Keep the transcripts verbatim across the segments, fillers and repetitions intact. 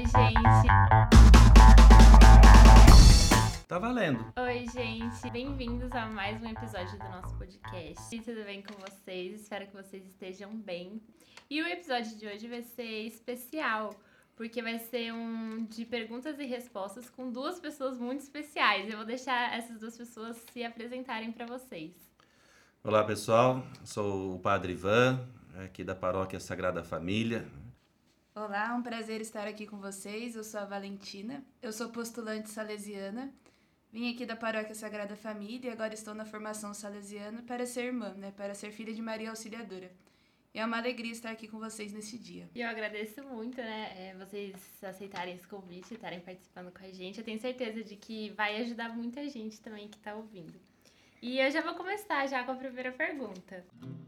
gente! Tá valendo! Oi, gente! Bem-vindos a mais um episódio do nosso podcast. Tudo bem com vocês? Espero que vocês estejam bem. E o episódio de hoje vai ser especial, porque vai ser um de perguntas e respostas com duas pessoas muito especiais. Eu vou deixar essas duas pessoas se apresentarem para vocês. Olá, pessoal. Sou o Padre Ivan, aqui da Paróquia Sagrada Família. Olá, um prazer estar aqui com vocês. Eu sou a Valentina, eu sou postulante salesiana. Vim aqui da Paróquia Sagrada Família e agora estou na formação salesiana para ser irmã, né? Para ser filha de Maria Auxiliadora. E é uma alegria estar aqui com vocês nesse dia. E eu agradeço muito, né, é, vocês aceitarem esse convite e estarem participando com a gente. Eu tenho certeza de que vai ajudar muita gente também que está ouvindo. E eu já vou começar já com a primeira pergunta.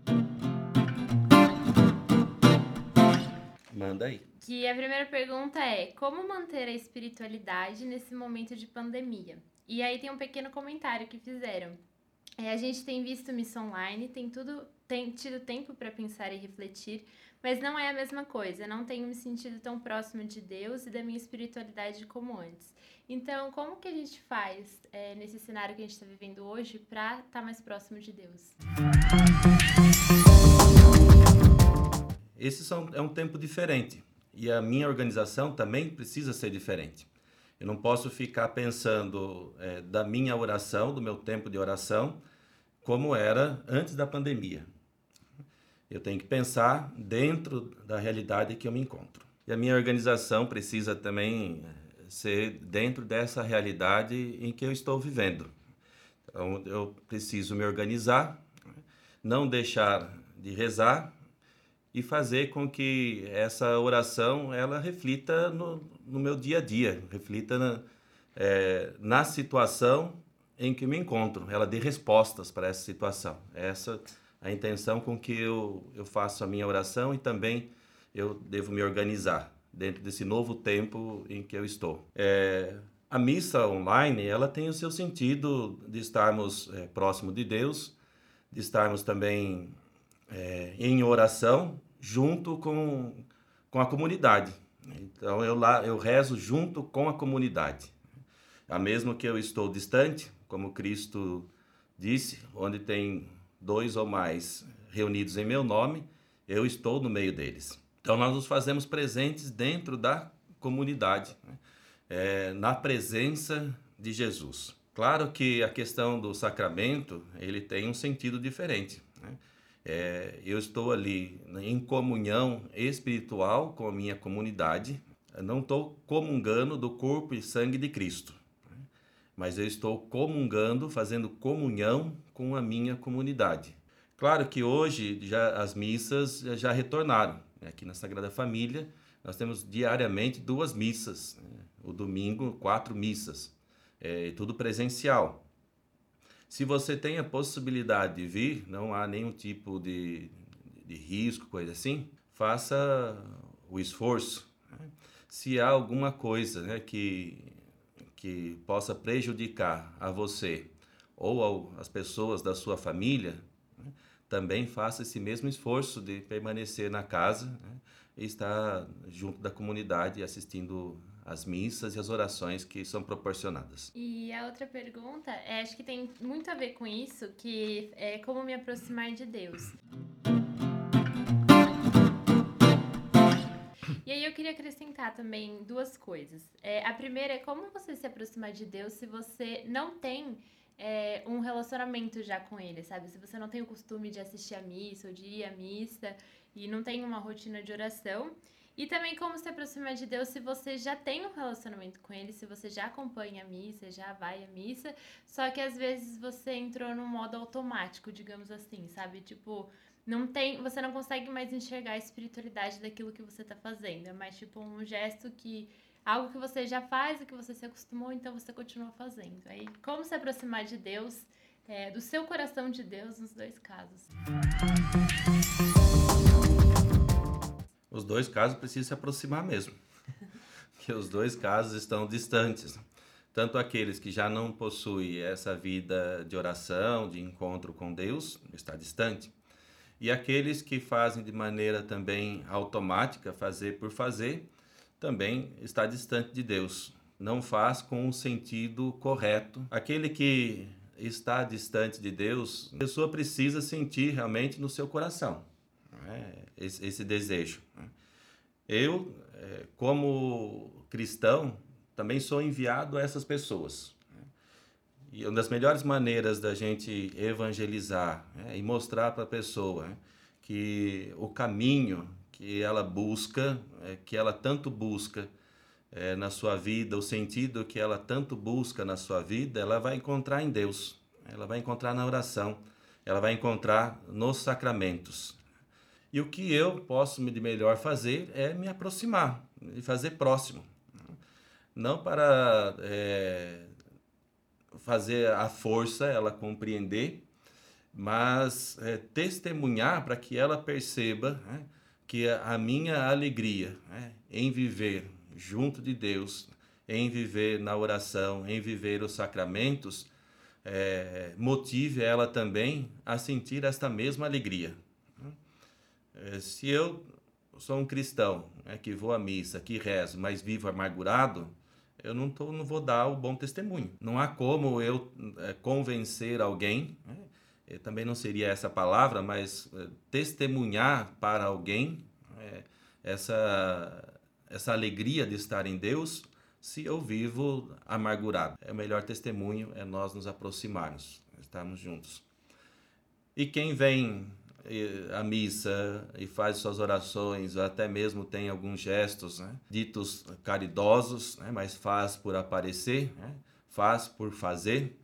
Manda aí. Que a primeira pergunta é: como manter a espiritualidade nesse momento de pandemia? E aí tem um pequeno comentário que fizeram. É, a gente tem visto missa online, tem, tudo, tem tido tempo para pensar e refletir, mas não é a mesma coisa. Não tenho me sentido tão próximo de Deus e da minha espiritualidade como antes. Então, como que a gente faz é, nesse cenário que a gente está vivendo hoje para estar tá mais próximo de Deus? Esse são, é um tempo diferente e a minha organização também precisa ser diferente. Eu não posso ficar pensando é, da minha oração, do meu tempo de oração, como era antes da pandemia. Eu tenho que pensar dentro da realidade que eu me encontro. E a minha organização precisa também ser dentro dessa realidade em que eu estou vivendo. Então, eu preciso me organizar, não deixar de rezar, e fazer com que essa oração ela reflita no, no meu dia a dia, reflita na, é, na situação em que me encontro, ela dê respostas para essa situação. Essa é a intenção com que eu, eu faço a minha oração e também eu devo me organizar dentro desse novo tempo em que eu estou. É, a missa online ela tem o seu sentido de estarmos é, próximo de Deus, de estarmos também É, em oração junto com, com a comunidade. Então eu, lá, eu rezo junto com a comunidade. A mesmo que eu estou distante, como Cristo disse, onde tem dois ou mais reunidos em meu nome, eu estou no meio deles. Então nós nos fazemos presentes dentro da comunidade, né? É, na presença de Jesus. Claro que a questão do sacramento ele tem um sentido diferente, né? É, eu estou ali em comunhão espiritual com a minha comunidade, eu não estou comungando do corpo e sangue de Cristo, né? Mas eu estou comungando, fazendo comunhão com a minha comunidade. Claro que hoje já, as missas já retornaram, né? Aqui na Sagrada Família nós temos diariamente duas missas, né? O domingo quatro missas, é, tudo presencial. Se você tem a possibilidade de vir, não há nenhum tipo de, de risco, coisa assim, faça o esforço, né? Se há alguma coisa, né, que, que possa prejudicar a você ou ao, as pessoas da sua família, né, também faça esse mesmo esforço de permanecer na casa, né, e estar junto da comunidade assistindo as missas e as orações que são proporcionadas. E a outra pergunta, é, acho que tem muito a ver com isso, que é como me aproximar de Deus. E aí eu queria acrescentar também duas coisas. É, a primeira é como você se aproximar de Deus se você não tem é, um relacionamento já com Ele, sabe? Se você não tem o costume de assistir a missa ou de ir à missa e não tem uma rotina de oração. E também como se aproximar de Deus se você já tem um relacionamento com Ele, se você já acompanha a missa, já vai à missa, só que às vezes você entrou num modo automático, digamos assim, sabe? Tipo, não tem, você não consegue mais enxergar a espiritualidade daquilo que você tá fazendo, é mais tipo um gesto que, algo que você já faz e que você se acostumou, então você continua fazendo. Aí, como se aproximar de Deus, é, do seu coração de Deus nos dois casos. Os dois casos precisam se aproximar mesmo, que os dois casos estão distantes. Tanto aqueles que já não possuem essa vida de oração, de encontro com Deus, está distante. E aqueles que fazem de maneira também automática, fazer por fazer, também está distante de Deus. Não faz com o sentido correto. Aquele que está distante de Deus, a pessoa precisa sentir realmente no seu coração, né, esse, esse desejo. Eu, como cristão, também sou enviado a essas pessoas. E uma das melhores maneiras da gente evangelizar, né, e mostrar para a pessoa, né, que o caminho que ela busca, é, que ela tanto busca é, na sua vida, o sentido que ela tanto busca na sua vida, ela vai encontrar em Deus, ela vai encontrar na oração, ela vai encontrar nos sacramentos. E o que eu posso de melhor fazer é me aproximar, e fazer próximo. Não para é, fazer a força ela compreender, mas é, testemunhar para que ela perceba, né, que a minha alegria, né, em viver junto de Deus, em viver na oração, em viver os sacramentos, é, motive ela também a sentir esta mesma alegria. É, se eu sou um cristão, né, que vou à missa, que rezo, mas vivo amargurado, eu não, tô, não vou dar o bom testemunho. Não há como eu é, convencer alguém, né, também não seria essa palavra, mas é, testemunhar para alguém é, essa, essa alegria de estar em Deus, se eu vivo amargurado. É o melhor testemunho, é nós nos aproximarmos, estarmos juntos. E quem vem à missa e faz suas orações, ou até mesmo tem alguns gestos, né, ditos caridosos, né, mas faz por aparecer, né, faz por fazer,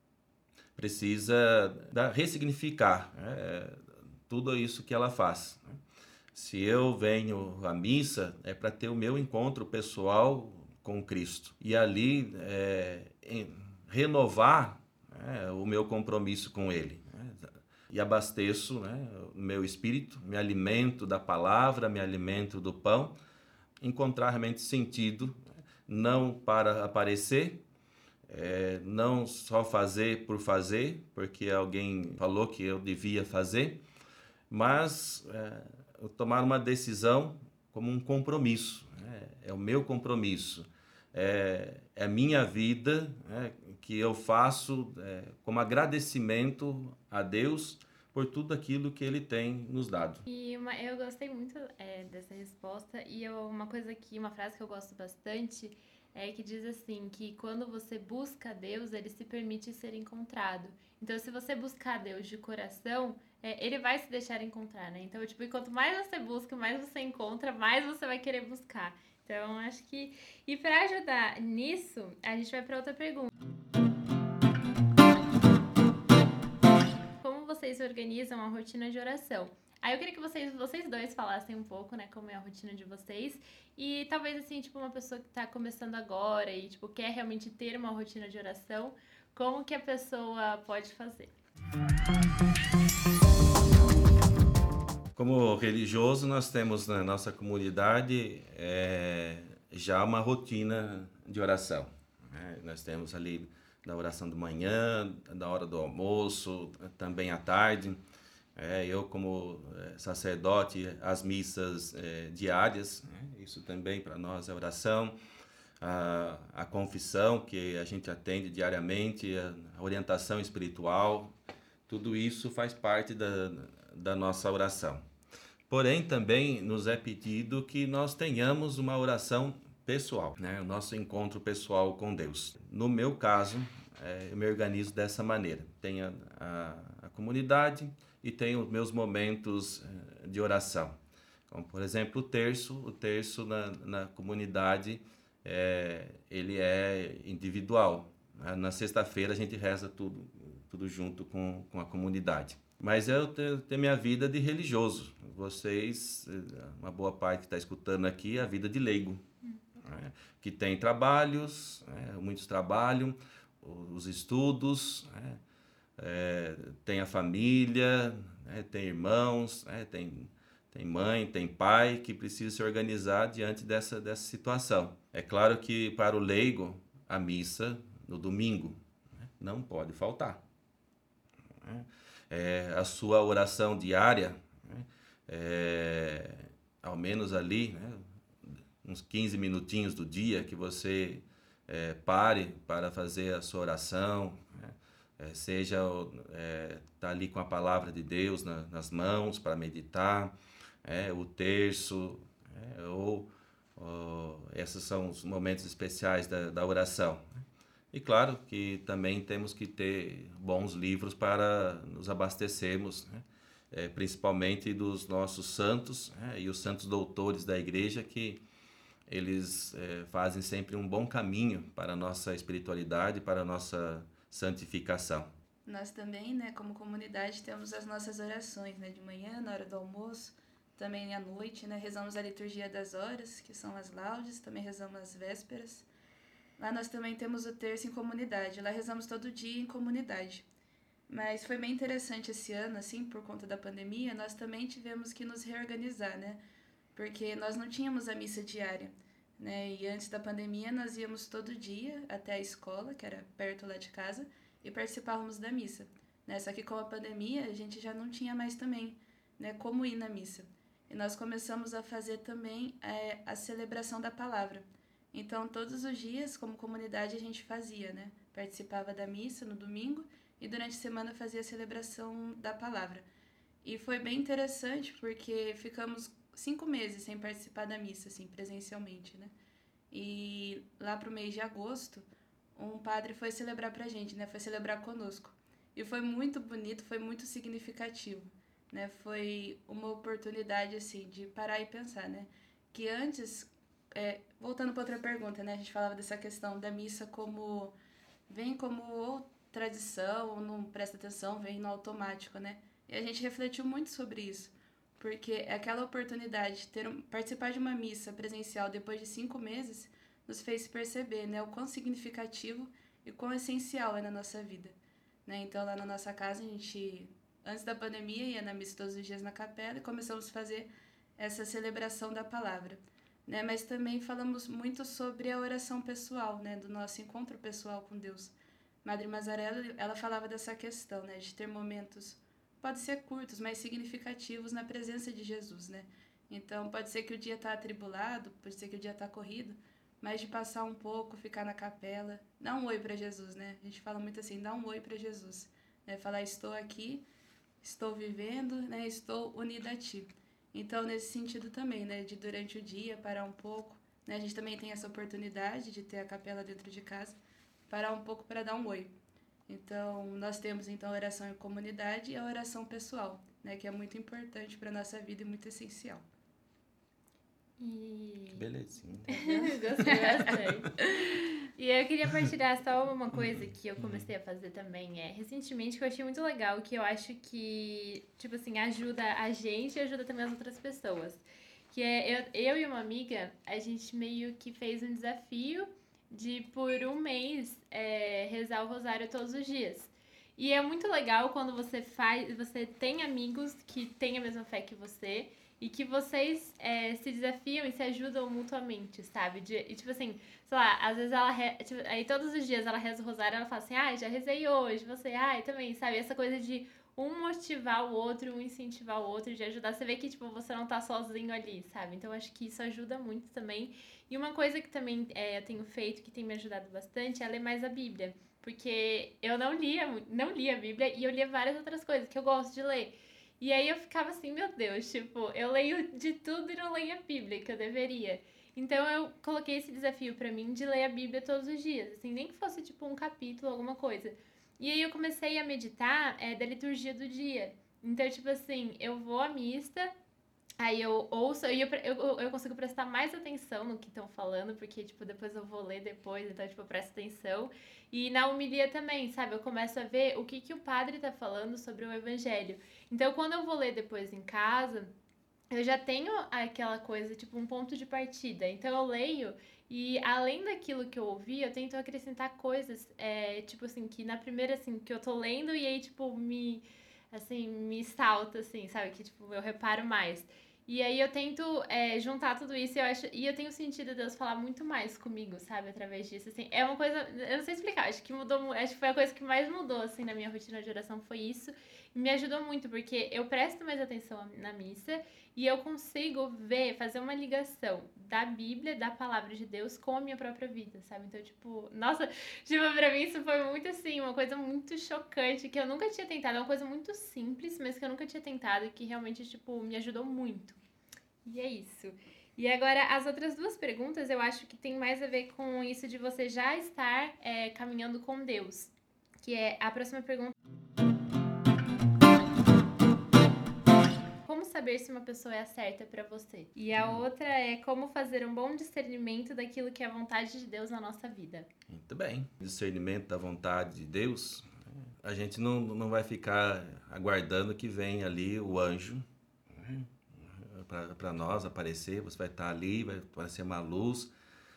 precisa da, ressignificar, né, tudo isso que ela faz. Se eu venho à missa, é para ter o meu encontro pessoal com Cristo. E ali é, em, renovar, né, o meu compromisso com Ele. Né, e abasteço, né, o meu espírito, me alimento da palavra, me alimento do pão, encontrar realmente sentido, não para aparecer, É, não só fazer por fazer, porque alguém falou que eu devia fazer, mas é, eu tomar uma decisão como um compromisso, né? É o meu compromisso, é, é a minha vida, né, que eu faço é, como agradecimento a Deus por tudo aquilo que Ele tem nos dado. E uma, eu gostei muito é, dessa resposta, e eu, uma coisa que, uma frase que eu gosto bastante é que diz assim, que quando você busca Deus, Ele se permite ser encontrado. Então, se você buscar Deus de coração, é, Ele vai se deixar encontrar, né? Então, tipo, quanto mais você busca, mais você encontra, mais você vai querer buscar. Então, acho que... E para ajudar nisso, a gente vai para outra pergunta. Como vocês organizam a rotina de oração? Aí eu queria que vocês, vocês dois falassem um pouco, né, como é a rotina de vocês. E talvez, assim, tipo, uma pessoa que tá começando agora e, tipo, quer realmente ter uma rotina de oração, como que a pessoa pode fazer? Como religioso, nós temos na nossa comunidade é, já uma rotina de oração. Né? Nós temos ali da oração de manhã, da hora do almoço, também à tarde. É, eu, como sacerdote, as missas é, diárias, né? Isso também para nós é oração. A, a confissão que a gente atende diariamente, a, a orientação espiritual, tudo isso faz parte da, da nossa oração. Porém, também nos é pedido que nós tenhamos uma oração pessoal, né? O nosso encontro pessoal com Deus. No meu caso, é, eu me organizo dessa maneira. Tenho a, a, a comunidade e tenho os meus momentos de oração. Como, por exemplo, o terço. O terço na, na comunidade, é, ele é individual. Na sexta-feira a gente reza tudo, tudo junto com, com a comunidade. Mas eu tenho, tenho minha vida de religioso. Vocês, uma boa parte que está escutando aqui, é a vida de leigo. Né? Que tem trabalhos, né? Muitos trabalham, os estudos, né? É, tem a família, né? Tem irmãos, né? tem, tem mãe, tem pai que precisa se organizar diante dessa, dessa situação. É claro que para o leigo, a missa no domingo, né? Não pode faltar. Né? É, a sua oração diária, né? É, ao menos ali, né? uns quinze minutinhos do dia que você é, pare para fazer a sua oração, né? É, seja é, tá ali com a palavra de Deus na, nas mãos para meditar, é, o terço, é, ou, ou esses são os momentos especiais da, da oração. E claro que também temos que ter bons livros para nos abastecermos, né? É, principalmente dos nossos santos, né? E os santos doutores da igreja, que eles é, fazem sempre um bom caminho para a nossa espiritualidade, para a nossa santificação. Nós também, né, como comunidade, temos as nossas orações, né, de manhã, na hora do almoço, também à noite, né, rezamos a liturgia das horas, que são as laudes, também rezamos as vésperas. Lá nós também temos o terço em comunidade, lá rezamos todo dia em comunidade. Mas foi bem interessante esse ano, assim, por conta da pandemia, nós também tivemos que nos reorganizar, né, porque nós não tínhamos a missa diária, né, e antes da pandemia nós íamos todo dia até a escola, que era perto lá de casa, e participávamos da missa, né, só que com a pandemia a gente já não tinha mais também, né, como ir na missa. E nós começamos a fazer também é, a celebração da palavra. Então, todos os dias, como comunidade, a gente fazia, né? Participava da missa no domingo e durante a semana fazia a celebração da palavra. E foi bem interessante porque ficamos cinco meses sem participar da missa, assim, presencialmente, né? E lá pro mês de agosto, um padre foi celebrar pra gente, né? Foi celebrar conosco. E foi muito bonito, foi muito significativo, né? Foi uma oportunidade, assim, de parar e pensar, né? Que antes... É, voltando para outra pergunta, né? A gente falava dessa questão da missa como... Vem como ou tradição, ou não presta atenção, vem no automático, né? E a gente refletiu muito sobre isso. Porque aquela oportunidade de ter um, participar de uma missa presencial depois de cinco meses nos fez perceber, né? O quão significativo e quão essencial é na nossa vida, né? Então, lá na nossa casa, a gente... Antes da pandemia, ia na missa todos os dias na capela e começamos a fazer essa celebração da palavra. Né, mas também falamos muito sobre a oração pessoal, né, do nosso encontro pessoal com Deus. Madre Mazarella, ela falava dessa questão, né, de ter momentos, pode ser curtos, mas significativos na presença de Jesus, né? Então, pode ser que o dia está atribulado, pode ser que o dia está corrido, mas de passar um pouco, ficar na capela, dar um oi para Jesus, né? A gente fala muito assim, dá um oi para Jesus, né? Falar, estou aqui, estou vivendo, né? Estou unida a ti. Então, nesse sentido também, né, de durante o dia parar um pouco, né, a gente também tem essa oportunidade de ter a capela dentro de casa, parar um pouco para dar um oi. Então, nós temos então a oração em comunidade e a oração pessoal, né, que é muito importante para a nossa vida e muito essencial. E... Que belezinha. Gostei bastante. E eu queria partilhar só uma coisa que eu comecei a fazer também, é, recentemente, que eu achei muito legal, que eu acho que, tipo assim, ajuda a gente e ajuda também as outras pessoas. Que é, eu, eu e uma amiga, a gente meio que fez um desafio de, por um mês, é, rezar o rosário todos os dias. E é muito legal quando você faz, você tem amigos que têm a mesma fé que você, e que vocês é, se desafiam e se ajudam mutuamente, sabe? De, e tipo assim, sei lá, às vezes ela... Re, tipo, aí todos os dias ela reza o rosário e ela fala assim, ai, ah, já rezei hoje, você, ai, ah, também, sabe? Essa coisa de um motivar o outro, um incentivar o outro, de ajudar. Você vê que, tipo, você não tá sozinho ali, sabe? Então, acho que isso ajuda muito também. E uma coisa que também é, eu tenho feito, que tem me ajudado bastante, é ler mais a Bíblia. Porque eu não lia, não lia a Bíblia e eu lia várias outras coisas que eu gosto de ler. E aí eu ficava assim, meu Deus, tipo, eu leio de tudo e não leio a Bíblia, que eu deveria. Então eu coloquei esse desafio pra mim de ler a Bíblia todos os dias, assim, nem que fosse tipo um capítulo, alguma coisa. E aí eu comecei a meditar é, da liturgia do dia. Então, tipo assim, eu vou à missa, aí eu ouço, e eu, eu, eu consigo prestar mais atenção no que estão falando, porque, tipo, depois eu vou ler depois, então, tipo, eu presto atenção. E na homilia também, sabe? Eu começo a ver o que, que o padre tá falando sobre o evangelho. Então, quando eu vou ler depois em casa, eu já tenho aquela coisa, tipo, um ponto de partida. Então, eu leio e, além daquilo que eu ouvi, eu tento acrescentar coisas, é, tipo assim, que na primeira, assim, que eu tô lendo e aí, tipo, me, assim, me salta, assim, sabe? Que, tipo, eu reparo mais. E aí eu tento é, juntar tudo isso e eu, acho, e eu tenho sentido Deus falar muito mais comigo, sabe? Através disso, assim. É uma coisa, eu não sei explicar, acho que mudou, mu- acho que foi a coisa que mais mudou, assim, na minha rotina de oração, foi isso. E me ajudou muito, porque eu presto mais atenção na missa e eu consigo ver, fazer uma ligação da Bíblia, da palavra de Deus com a minha própria vida, sabe? Então, tipo, nossa, tipo, pra mim isso foi muito, assim, uma coisa muito chocante, que eu nunca tinha tentado. É uma coisa muito simples, mas que eu nunca tinha tentado e que realmente, tipo, me ajudou muito. E é isso. E agora, as outras duas perguntas, eu acho que tem mais a ver com isso de você já estar é, caminhando com Deus. Que é a próxima pergunta. Como saber se uma pessoa é a certa pra você? E a outra é como fazer um bom discernimento daquilo que é a vontade de Deus na nossa vida. Muito bem. Discernimento da vontade de Deus, a gente não, não vai ficar aguardando que venha ali o anjo para nós aparecer, você vai estar ali, vai aparecer uma luz,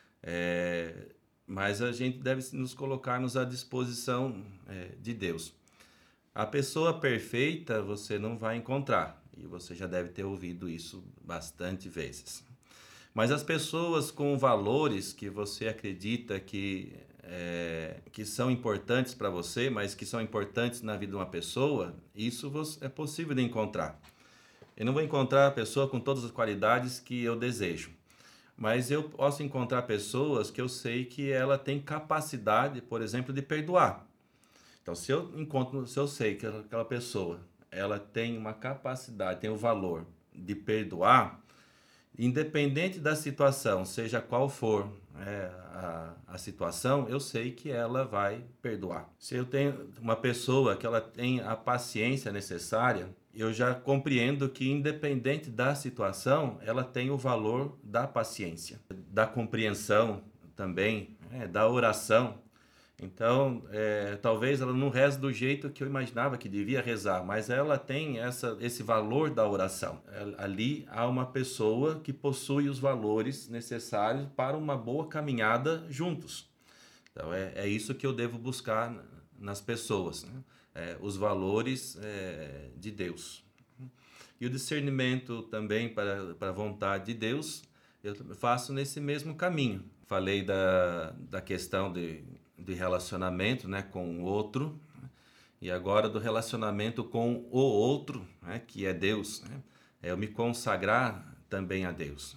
é, mas a gente deve nos colocarmos à disposição é, de Deus. A pessoa perfeita você não vai encontrar, e você já deve ter ouvido isso bastante vezes. Mas as pessoas com valores que você acredita que, é, que são importantes para você, mas que são importantes na vida de uma pessoa, isso é possível de encontrar. Eu não vou encontrar a pessoa com todas as qualidades que eu desejo, mas eu posso encontrar pessoas que eu sei que ela tem capacidade, por exemplo, de perdoar. Então, se eu encontro, se eu sei que aquela pessoa, ela tem uma capacidade, tem o valor de perdoar, independente da situação, seja qual for é, a, a situação, eu sei que ela vai perdoar. Se eu tenho uma pessoa que ela tem a paciência necessária, eu já compreendo que independente da situação, ela tem o valor da paciência, da compreensão também, é, da oração. Então, é, talvez ela não reze do jeito que eu imaginava que devia rezar, mas ela tem essa, esse valor da oração. Ali há uma pessoa que possui os valores necessários para uma boa caminhada juntos. Então, é, é isso que eu devo buscar nas pessoas, né? É, os valores é, de Deus. E o discernimento também para, para a vontade de Deus, eu faço nesse mesmo caminho. Falei da, da questão de de relacionamento, né, com o outro, né, e agora do relacionamento com o outro, né, que é Deus, né, é eu me consagrar também a Deus.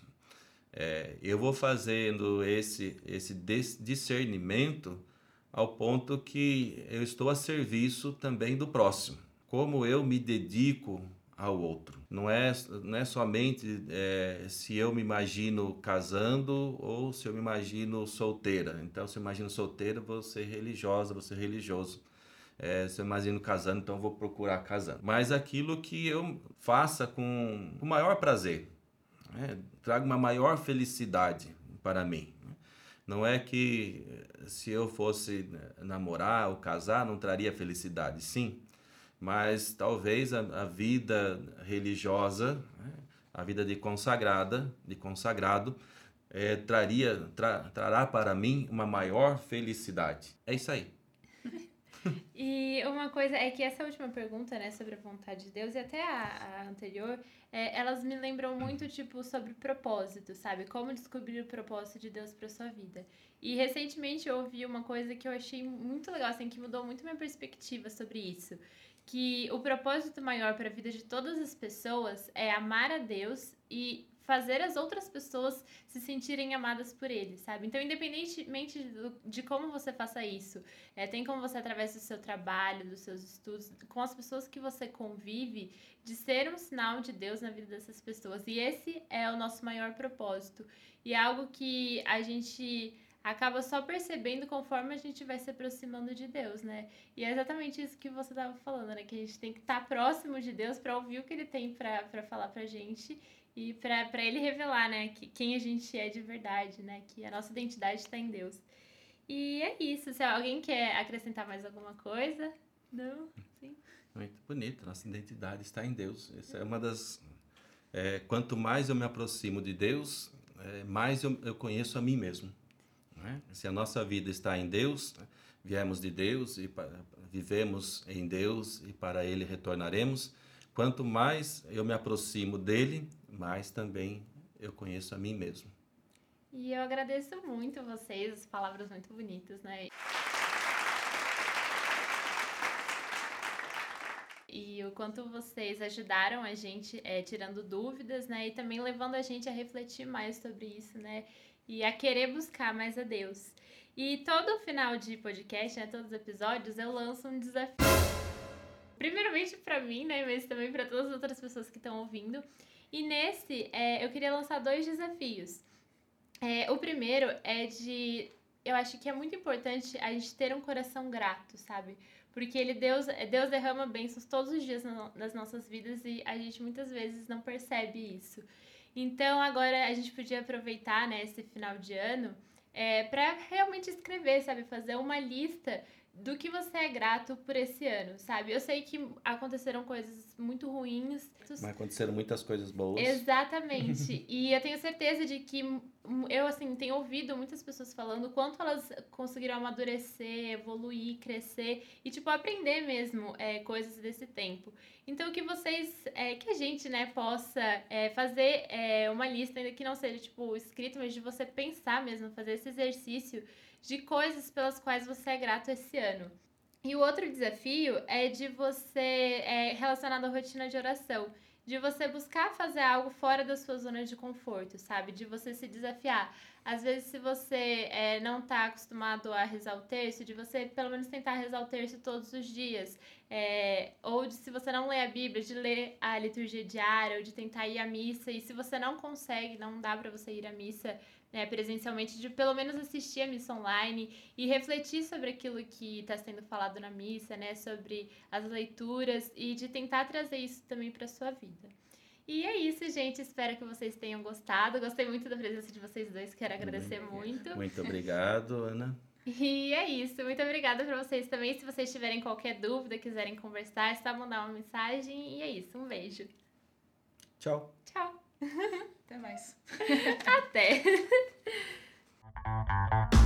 É, eu vou fazendo esse, esse discernimento ao ponto que eu estou a serviço também do próximo. Como eu me dedico ao outro. Não é, não é somente é, se eu me imagino casando ou se eu me imagino solteira. Então, se eu imagino solteira, vou ser religiosa, vou ser religioso. É, se eu imagino casando, então vou procurar casando. Mas aquilo que eu faça com o maior prazer, né? Traga uma maior felicidade para mim. Não é que se eu fosse namorar ou casar, não traria felicidade. Sim, mas talvez a, a vida religiosa, né, a vida de consagrada, de consagrado, é, traria, tra, trará para mim uma maior felicidade. É isso aí. E uma coisa é que essa última pergunta, né, sobre a vontade de Deus, e até a, a anterior, é, elas me lembram muito, tipo, sobre propósito, sabe? Como descobrir o propósito de Deus para sua vida. E recentemente eu ouvi uma coisa que eu achei muito legal, assim, que mudou muito minha perspectiva sobre isso. Que o propósito maior para a vida de todas as pessoas é amar a Deus e fazer as outras pessoas se sentirem amadas por ele, sabe? Então, independentemente do, de como você faça isso, é, tem como você, através do seu trabalho, dos seus estudos, com as pessoas que você convive, de ser um sinal de Deus na vida dessas pessoas. E esse é o nosso maior propósito. E é algo que a gente acaba só percebendo conforme a gente vai se aproximando de Deus, né? E é exatamente isso que você estava falando, né? Que a gente tem que estar próximo de Deus para ouvir o que ele tem para falar pra gente e para ele revelar, né? Que, quem a gente é de verdade, né? Que a nossa identidade está em Deus. E é isso. Se alguém quer acrescentar mais alguma coisa? Não? Sim. Muito bonito. Nossa identidade está em Deus. Essa é uma das... É, quanto mais eu me aproximo de Deus, é, mais eu, eu conheço a mim mesmo. Né? Se a nossa vida está em Deus, viemos de Deus e para, vivemos em Deus e para Ele retornaremos. quanto mais eu me aproximo dele, mais também eu conheço a mim mesmo. E eu agradeço muito vocês, as palavras muito bonitas, né? E o quanto vocês ajudaram a gente é, tirando dúvidas, né? E também levando a gente a refletir mais sobre isso, né? E a querer buscar mais a Deus. E todo final de podcast, né? Todos os episódios, eu lanço um desafio. Primeiramente para mim, né? Mas também para todas as outras pessoas que estão ouvindo. E nesse, é, eu queria lançar dois desafios. É, o primeiro é de... Eu acho que é muito importante a gente ter um coração grato, sabe? Porque ele, Deus, Deus derrama bênçãos todos os dias no, nas nossas vidas e a gente muitas vezes não percebe isso. Então, agora a gente podia aproveitar, né, esse final de ano é, para realmente escrever, sabe? Fazer uma lista do que você é grato por esse ano, sabe? Eu sei que aconteceram coisas muito ruins. Mas aconteceram muitas coisas boas. Exatamente. E eu tenho certeza de que eu, assim, tenho ouvido muitas pessoas falando o quanto elas conseguiram amadurecer, evoluir, crescer e, tipo, aprender mesmo é, coisas desse tempo. Então, que vocês, é, que a gente, né, possa é, fazer é, uma lista, ainda que não seja, tipo, escrito, mas de você pensar mesmo, fazer esse exercício de coisas pelas quais você é grato esse ano. E o outro desafio é de você, é, relacionado à rotina de oração, de você buscar fazer algo fora da sua zona de conforto, sabe? De você se desafiar. Às vezes, se você é, não está acostumado a rezar o terço, de você pelo menos tentar rezar o terço todos os dias. É, ou de, se você não lê a Bíblia, de ler a liturgia diária, ou de tentar ir à missa. E se você não consegue, não dá para você ir à missa, né, presencialmente, de pelo menos assistir a missa online e refletir sobre aquilo que está sendo falado na missa, né, sobre as leituras e de tentar trazer isso também para sua vida. E é isso, gente. Espero que vocês tenham gostado. Gostei muito da presença de vocês dois. Quero agradecer muito. Muito obrigado, Ana. E é isso. Muito obrigada para vocês também. Se vocês tiverem qualquer dúvida, quiserem conversar, é só mandar uma mensagem. E é isso. Um beijo. Tchau. Tchau. Até mais. Até.